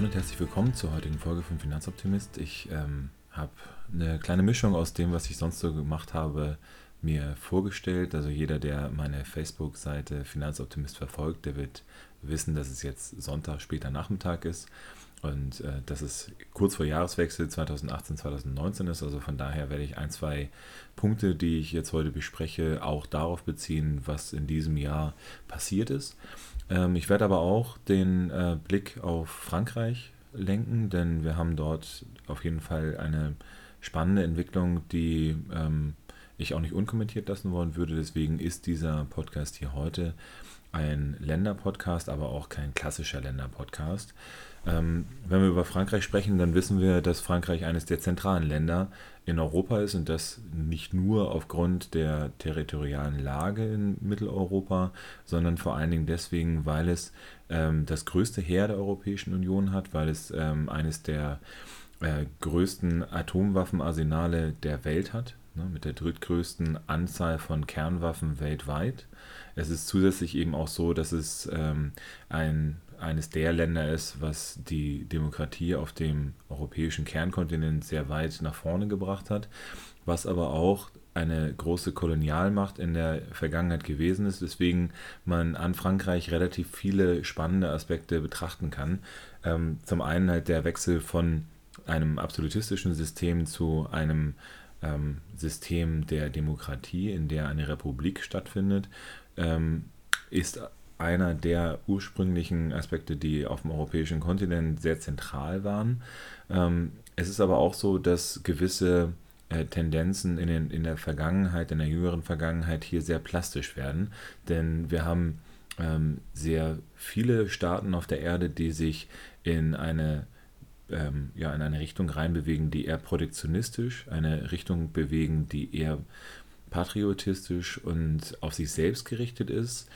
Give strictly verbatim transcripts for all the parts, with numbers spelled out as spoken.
Moin und herzlich willkommen zur heutigen Folge von Finanzoptimist. Ich ähm, habe eine kleine Mischung aus dem, was ich sonst so gemacht habe, mir vorgestellt. Also jeder, der meine Facebook-Seite Finanzoptimist verfolgt, der wird wissen, dass es jetzt Sonntag, später Nachmittag ist und äh, dass es kurz vor Jahreswechsel zweitausendachtzehn zweitausendneunzehn ist. Also von daher werde ich ein, zwei Punkte, die ich jetzt heute bespreche, auch darauf beziehen, was in diesem Jahr passiert ist. Ähm, ich werde aber auch den äh, Blick auf Frankreich lenken, denn wir haben dort auf jeden Fall eine spannende Entwicklung, die ähm, ich auch nicht unkommentiert lassen wollen würde. Deswegen ist dieser Podcast hier heute ein Länderpodcast, aber auch kein klassischer Länderpodcast. Ähm, wenn wir über Frankreich sprechen, dann wissen wir, dass Frankreich eines der zentralen Länder in Europa ist und das nicht nur aufgrund der territorialen Lage in Mitteleuropa, sondern vor allen Dingen deswegen, weil es ähm, das größte Heer der Europäischen Union hat, weil es ähm, eines der äh, größten Atomwaffenarsenale der Welt hat, ne, mit der drittgrößten Anzahl von Kernwaffen weltweit. Es ist zusätzlich eben auch so, dass es ähm, ein, eines der Länder ist, was die Demokratie auf dem europäischen Kernkontinent sehr weit nach vorne gebracht hat, was aber auch eine große Kolonialmacht in der Vergangenheit gewesen ist, weswegen man an Frankreich relativ viele spannende Aspekte betrachten kann. Ähm, zum einen halt der Wechsel von einem absolutistischen System zu einem ähm, System der Demokratie, in der eine Republik stattfindet, ähm, ist einer der ursprünglichen Aspekte, die auf dem europäischen Kontinent sehr zentral waren. Ähm, es ist aber auch so, dass gewisse äh, Tendenzen in, den, in der Vergangenheit, in der jüngeren Vergangenheit hier sehr plastisch werden, denn wir haben ähm, sehr viele Staaten auf der Erde, die sich in eine ähm, ja, in eine Richtung reinbewegen, die eher protektionistisch, eine Richtung bewegen, die eher patriotistisch und auf sich selbst gerichtet ist.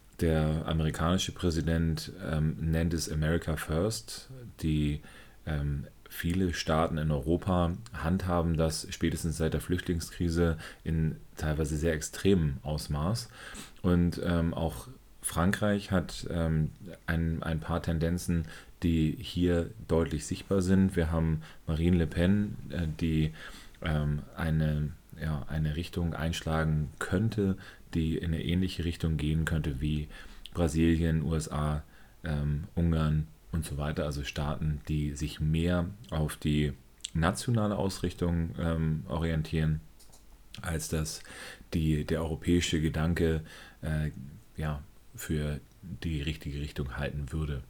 Der amerikanische Präsident ähm, nennt es America First. Die ähm, viele Staaten in Europa handhaben das spätestens seit der Flüchtlingskrise in teilweise sehr extremem Ausmaß. Und ähm, auch Frankreich hat ähm, ein, ein paar Tendenzen, die hier deutlich sichtbar sind. Wir haben Marine Le Pen, äh, die ähm, eine, ja, eine Richtung einschlagen könnte, die in eine ähnliche Richtung gehen könnte wie Brasilien, U S A, ähm, Ungarn und so weiter. Also Staaten, die sich mehr auf die nationale Ausrichtung ähm, orientieren, als dass die, der europäische Gedanke äh, ja, für die richtige Richtung halten würde.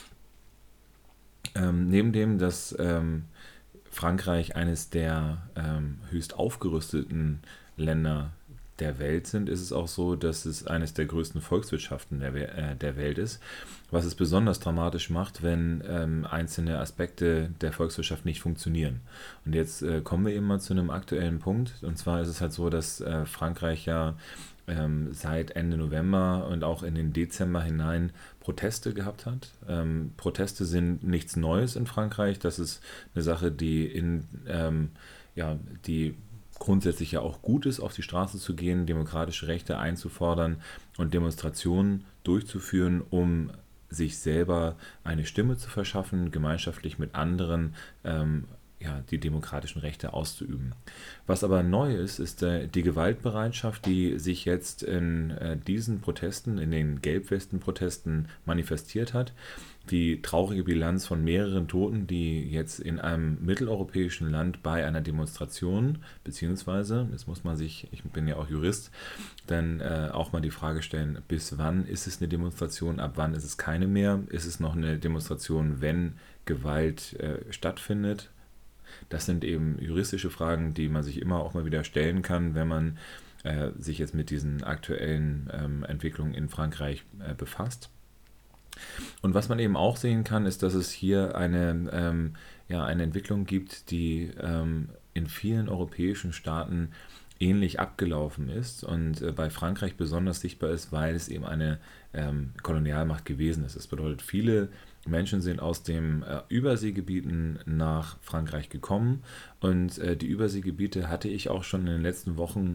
Ähm, neben dem, dass ähm, Frankreich eines der ähm, höchst aufgerüsteten Länder der Welt sind, ist es auch so, dass es eines der größten Volkswirtschaften der, We- äh, der Welt ist, was es besonders dramatisch macht, wenn ähm, einzelne Aspekte der Volkswirtschaft nicht funktionieren. Und jetzt äh, kommen wir eben mal zu einem aktuellen Punkt, und zwar ist es halt so, dass äh, Frankreich ja ähm, seit Ende November und auch in den Dezember hinein Proteste gehabt hat. Ähm, Proteste sind nichts Neues in Frankreich, das ist eine Sache, die in ähm, ja, die grundsätzlich ja auch gut ist, auf die Straße zu gehen, demokratische Rechte einzufordern und Demonstrationen durchzuführen, um sich selber eine Stimme zu verschaffen, gemeinschaftlich mit anderen ähm, ja, die demokratischen Rechte auszuüben. Was aber neu ist, ist äh, die Gewaltbereitschaft, die sich jetzt in äh, diesen Protesten, in den Gelbwesten-Protesten manifestiert hat. Die traurige Bilanz von mehreren Toten, die jetzt in einem mitteleuropäischen Land bei einer Demonstration, beziehungsweise, jetzt muss man sich, ich bin ja auch Jurist, dann äh, auch mal die Frage stellen, bis wann ist es eine Demonstration, ab wann ist es keine mehr, ist es noch eine Demonstration, wenn Gewalt äh, stattfindet? Das sind eben juristische Fragen, die man sich immer auch mal wieder stellen kann, wenn man äh, sich jetzt mit diesen aktuellen ähm, Entwicklungen in Frankreich äh, befasst. Und was man eben auch sehen kann, ist, dass es hier eine, ähm, ja, eine Entwicklung gibt, die ähm, in vielen europäischen Staaten ähnlich abgelaufen ist und äh, bei Frankreich besonders sichtbar ist, weil es eben eine ähm, Kolonialmacht gewesen ist. Das bedeutet, viele Menschen sind aus den äh, Überseegebieten nach Frankreich gekommen und äh, die Überseegebiete hatte ich auch schon in den letzten Wochen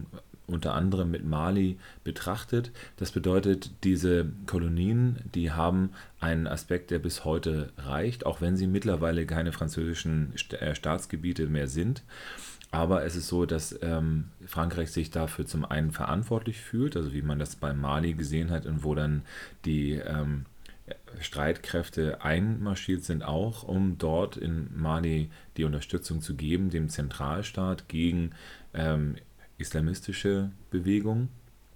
unter anderem mit Mali betrachtet. Das bedeutet, diese Kolonien, die haben einen Aspekt, der bis heute reicht, auch wenn sie mittlerweile keine französischen Staatsgebiete mehr sind. Aber es ist so, dass ähm, Frankreich sich dafür zum einen verantwortlich fühlt, also wie man das bei Mali gesehen hat und wo dann die ähm, Streitkräfte einmarschiert sind, auch um dort in Mali die Unterstützung zu geben, dem Zentralstaat gegen ähm, islamistische Bewegungen.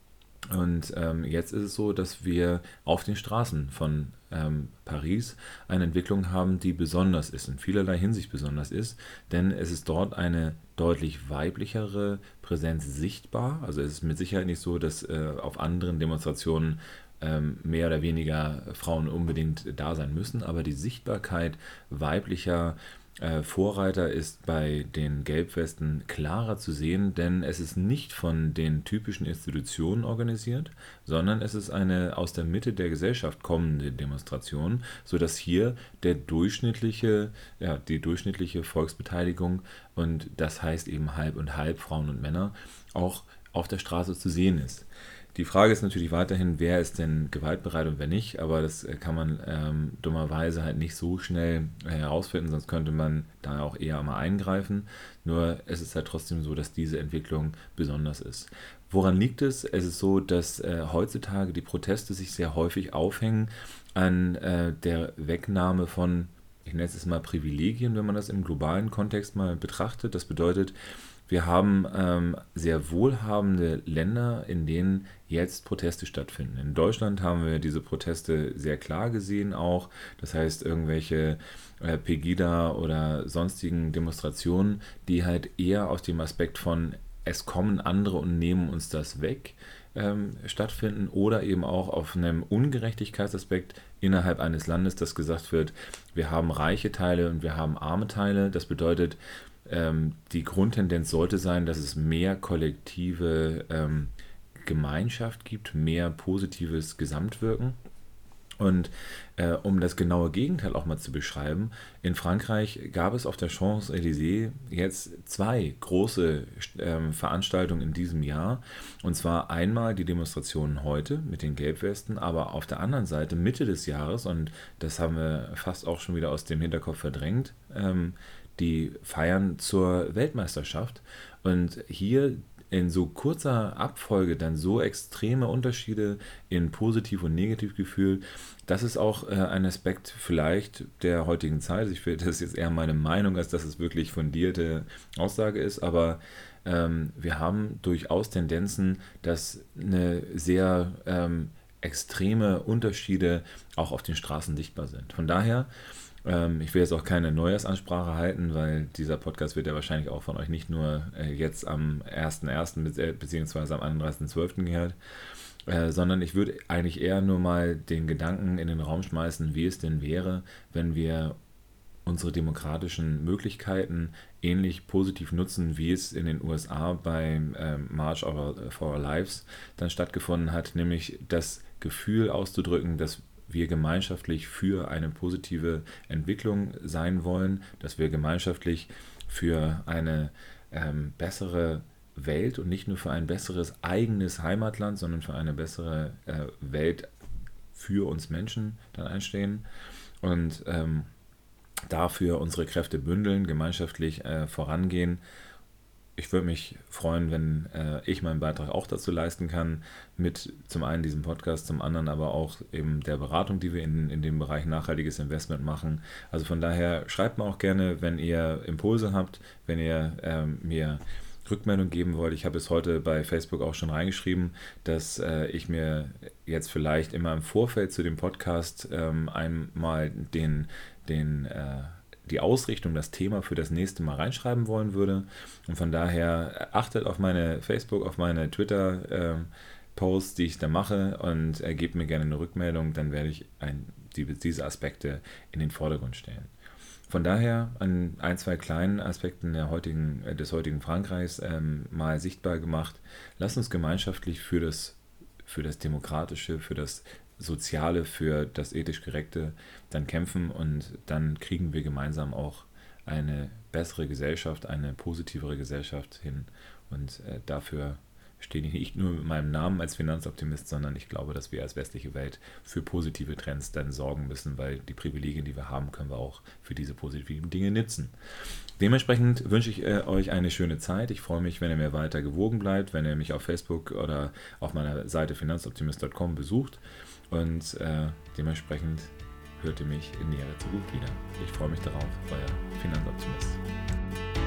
Und ähm, jetzt ist es so, dass wir auf den Straßen von ähm, Paris eine Entwicklung haben, die besonders ist, in vielerlei Hinsicht besonders ist, denn es ist dort eine deutlich weiblichere Präsenz sichtbar. Also es ist mit Sicherheit nicht so, dass äh, auf anderen Demonstrationen ähm, mehr oder weniger Frauen unbedingt da sein müssen, aber die Sichtbarkeit weiblicher äh, Vorreiter ist bei den Gelbwesten klarer zu sehen, denn es ist nicht von den typischen Institutionen organisiert, sondern es ist eine aus der Mitte der Gesellschaft kommende Demonstration, sodass hier der durchschnittliche, ja, die durchschnittliche Volksbeteiligung, und das heißt eben halb und halb, Frauen und Männer, auch auf der Straße zu sehen ist. Die Frage ist natürlich weiterhin, wer ist denn gewaltbereit und wer nicht, aber das kann man ähm, dummerweise halt nicht so schnell äh, herausfinden, sonst könnte man da auch eher mal eingreifen. Nur es ist halt trotzdem so, dass diese Entwicklung besonders ist. Woran liegt es? Es ist so, dass äh, heutzutage die Proteste sich sehr häufig aufhängen an äh, der Wegnahme von, ich nenne es mal Privilegien, wenn man das im globalen Kontext mal betrachtet. Das bedeutet, wir haben ähm, sehr wohlhabende Länder, in denen jetzt Proteste stattfinden. In Deutschland haben wir diese Proteste sehr klar gesehen auch. Das heißt, irgendwelche äh, Pegida oder sonstigen Demonstrationen, die halt eher aus dem Aspekt von es kommen andere und nehmen uns das weg ähm, stattfinden, oder eben auch auf einem Ungerechtigkeitsaspekt innerhalb eines Landes, dass gesagt wird, wir haben reiche Teile und wir haben arme Teile. Das bedeutet, die Grundtendenz sollte sein, dass es mehr kollektive ähm, Gemeinschaft gibt, mehr positives Gesamtwirken. Und äh, um das genaue Gegenteil auch mal zu beschreiben, in Frankreich gab es auf der Champs-Élysées jetzt zwei große äh, Veranstaltungen in diesem Jahr. Und zwar einmal die Demonstrationen heute mit den Gelbwesten, aber auf der anderen Seite Mitte des Jahres, und das haben wir fast auch schon wieder aus dem Hinterkopf verdrängt, ähm, die feiern zur Weltmeisterschaft. Und hier in so kurzer Abfolge dann so extreme Unterschiede in Positiv- und Negativgefühl, das ist auch äh, ein Aspekt vielleicht der heutigen Zeit. Ich finde, das ist jetzt eher meine Meinung, als dass es wirklich fundierte Aussage ist, aber ähm, wir haben durchaus Tendenzen, dass eine sehr ähm, extreme Unterschiede auch auf den Straßen sichtbar sind. Von daher, ich will jetzt auch keine Neujahrsansprache halten, weil dieser Podcast wird ja wahrscheinlich auch von euch nicht nur äh, jetzt am ersten ersten bzw. am einunddreißigsten zwölften gehört, äh, sondern ich würde eigentlich eher nur mal den Gedanken in den Raum schmeißen, wie es denn wäre, wenn wir unsere demokratischen Möglichkeiten ähnlich positiv nutzen, wie es in den U S A beim äh, March for Our Lives dann stattgefunden hat, nämlich das Gefühl auszudrücken, dass wir gemeinschaftlich für eine positive Entwicklung sein wollen, dass wir gemeinschaftlich für eine ähm, bessere Welt und nicht nur für ein besseres eigenes Heimatland, sondern für eine bessere äh, Welt für uns Menschen dann einstehen und ähm, dafür unsere Kräfte bündeln, gemeinschaftlich äh, vorangehen. Ich würde mich freuen, wenn äh, ich meinen Beitrag auch dazu leisten kann, mit zum einen diesem Podcast, zum anderen aber auch eben der Beratung, die wir in, in dem Bereich nachhaltiges Investment machen. Also von daher schreibt mir auch gerne, wenn ihr Impulse habt, wenn ihr ähm, mir Rückmeldung geben wollt. Ich habe es heute bei Facebook auch schon reingeschrieben, dass äh, ich mir jetzt vielleicht immer im Vorfeld zu dem Podcast ähm, einmal den, den äh, die Ausrichtung, das Thema für das nächste Mal reinschreiben wollen würde. Und von daher achtet auf meine Facebook, auf meine Twitter-Posts, die ich da mache, und äh, gebt mir gerne eine Rückmeldung, dann werde ich ein, die, diese Aspekte in den Vordergrund stellen. Von daher an ein, zwei kleinen Aspekten der heutigen, des heutigen Frankreichs ähm, mal sichtbar gemacht. Lasst uns gemeinschaftlich für das, für das Demokratische, für das Soziale, für das ethisch Gerechte dann kämpfen, und dann kriegen wir gemeinsam auch eine bessere Gesellschaft, eine positivere Gesellschaft hin, und äh, dafür stehe nicht nur mit meinem Namen als Finanzoptimist, sondern ich glaube, dass wir als westliche Welt für positive Trends dann sorgen müssen, weil die Privilegien, die wir haben, können wir auch für diese positiven Dinge nutzen. Dementsprechend wünsche ich äh, euch eine schöne Zeit. Ich freue mich, wenn ihr mir weiter gewogen bleibt, wenn ihr mich auf Facebook oder auf meiner Seite finanzoptimist punkt com besucht und äh, dementsprechend hört ihr mich in näherer Zukunft wieder. Ich freue mich darauf, euer Finanzoptimist.